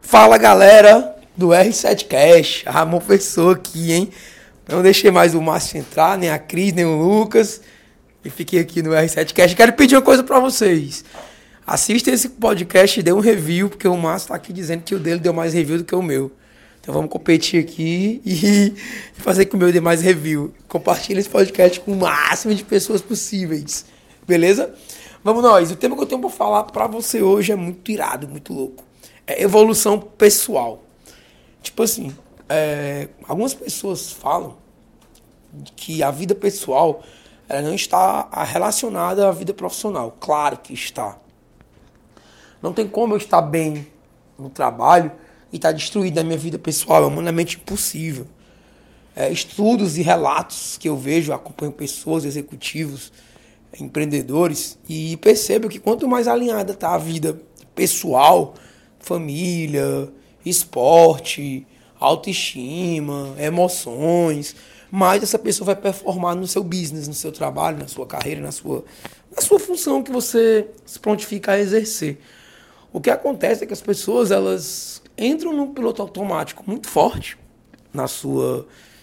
Fala, galera do R7Cast, a Ramon Pessoa aqui, hein? Não deixei mais o Márcio entrar, nem a Cris, nem o Lucas. E fiquei aqui no R7Cast. Quero pedir uma coisa pra vocês. Assista esse podcast e dê um review, porque o Márcio tá aqui dizendo que o dele deu mais review do que o meu. Então vamos competir aqui e fazer que o meu dê mais review. Compartilhe esse podcast com o máximo de pessoas possíveis. Beleza? Vamos nós. O tema que eu tenho pra falar pra você hoje é muito irado, muito louco. É evolução pessoal. Tipo assim, algumas pessoas falam que a vida pessoal ela não está relacionada à vida profissional. Claro que está. Não tem como eu estar bem no trabalho e estar destruído na minha vida pessoal. É humanamente impossível. Estudos e relatos que eu vejo, acompanho pessoas, executivos, empreendedores, e percebo que quanto mais alinhada está a vida pessoal, família, esporte, autoestima, emoções, mais essa pessoa vai performar no seu business, no seu trabalho, na sua carreira, na sua função que você se prontifica a exercer. O que acontece é que as pessoas elas entram num piloto automático muito forte na sua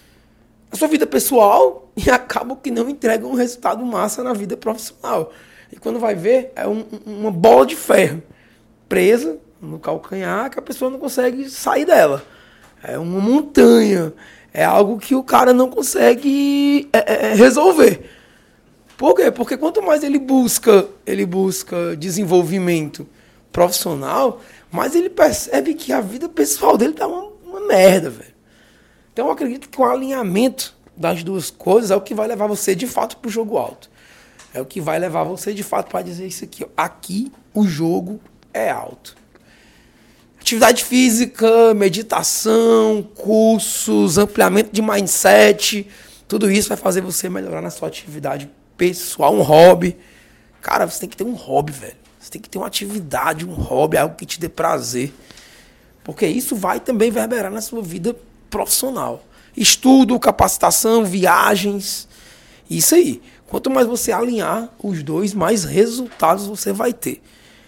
vida pessoal e acabam que não entregam um resultado massa na vida profissional. E quando vai ver, é uma bola de ferro presa no calcanhar que a pessoa não consegue sair dela. É uma montanha. É algo que o cara não consegue resolver. Por quê? Porque quanto mais ele busca desenvolvimento profissional, mais ele percebe que a vida pessoal dele tá uma merda, velho. Então eu acredito que o alinhamento das duas coisas é o que vai levar você de fato pro jogo alto. É o que vai levar você de fato para dizer isso aqui. Ó. Aqui o jogo é alto. Atividade física, meditação, cursos, ampliamento de mindset, tudo isso vai fazer você melhorar na sua atividade pessoal, um hobby. Cara, você tem que ter um hobby, velho. Você tem que ter uma atividade, um hobby, algo que te dê prazer. Porque isso vai também reverberar na sua vida profissional. Estudo, capacitação, viagens, isso aí. Quanto mais você alinhar os dois, mais resultados você vai ter.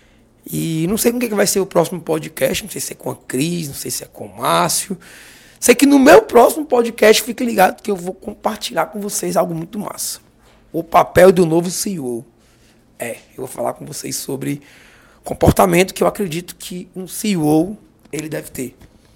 E não sei com o que vai ser o próximo podcast, não sei se é com a Cris, não sei se é com o Márcio. Sei que no meu próximo podcast, fique ligado que eu vou compartilhar com vocês algo muito massa. O papel do novo CEO. Eu vou falar com vocês sobre comportamento que eu acredito que um CEO ele deve ter.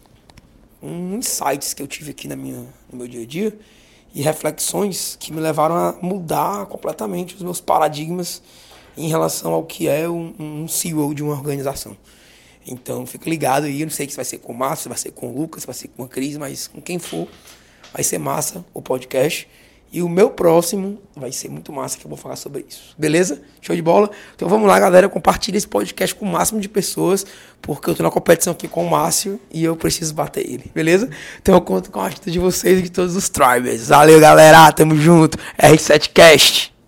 Insights que eu tive aqui no meu dia a dia e reflexões que me levaram a mudar completamente os meus paradigmas em relação ao que é um CEO de uma organização. Então, fica ligado aí. Eu não sei se vai ser com o Márcio, se vai ser com o Lucas, se vai ser com a Cris, mas com quem for, vai ser massa o podcast. E o meu próximo vai ser muito massa, que eu vou falar sobre isso. Beleza? Show de bola? Então vamos lá, galera. Compartilha esse podcast com o máximo de pessoas, porque eu tô na competição aqui com o Márcio e eu preciso bater ele. Beleza? Então eu conto com a ajuda de vocês e de todos os tribers. Valeu, galera. Tamo junto. R7Cast.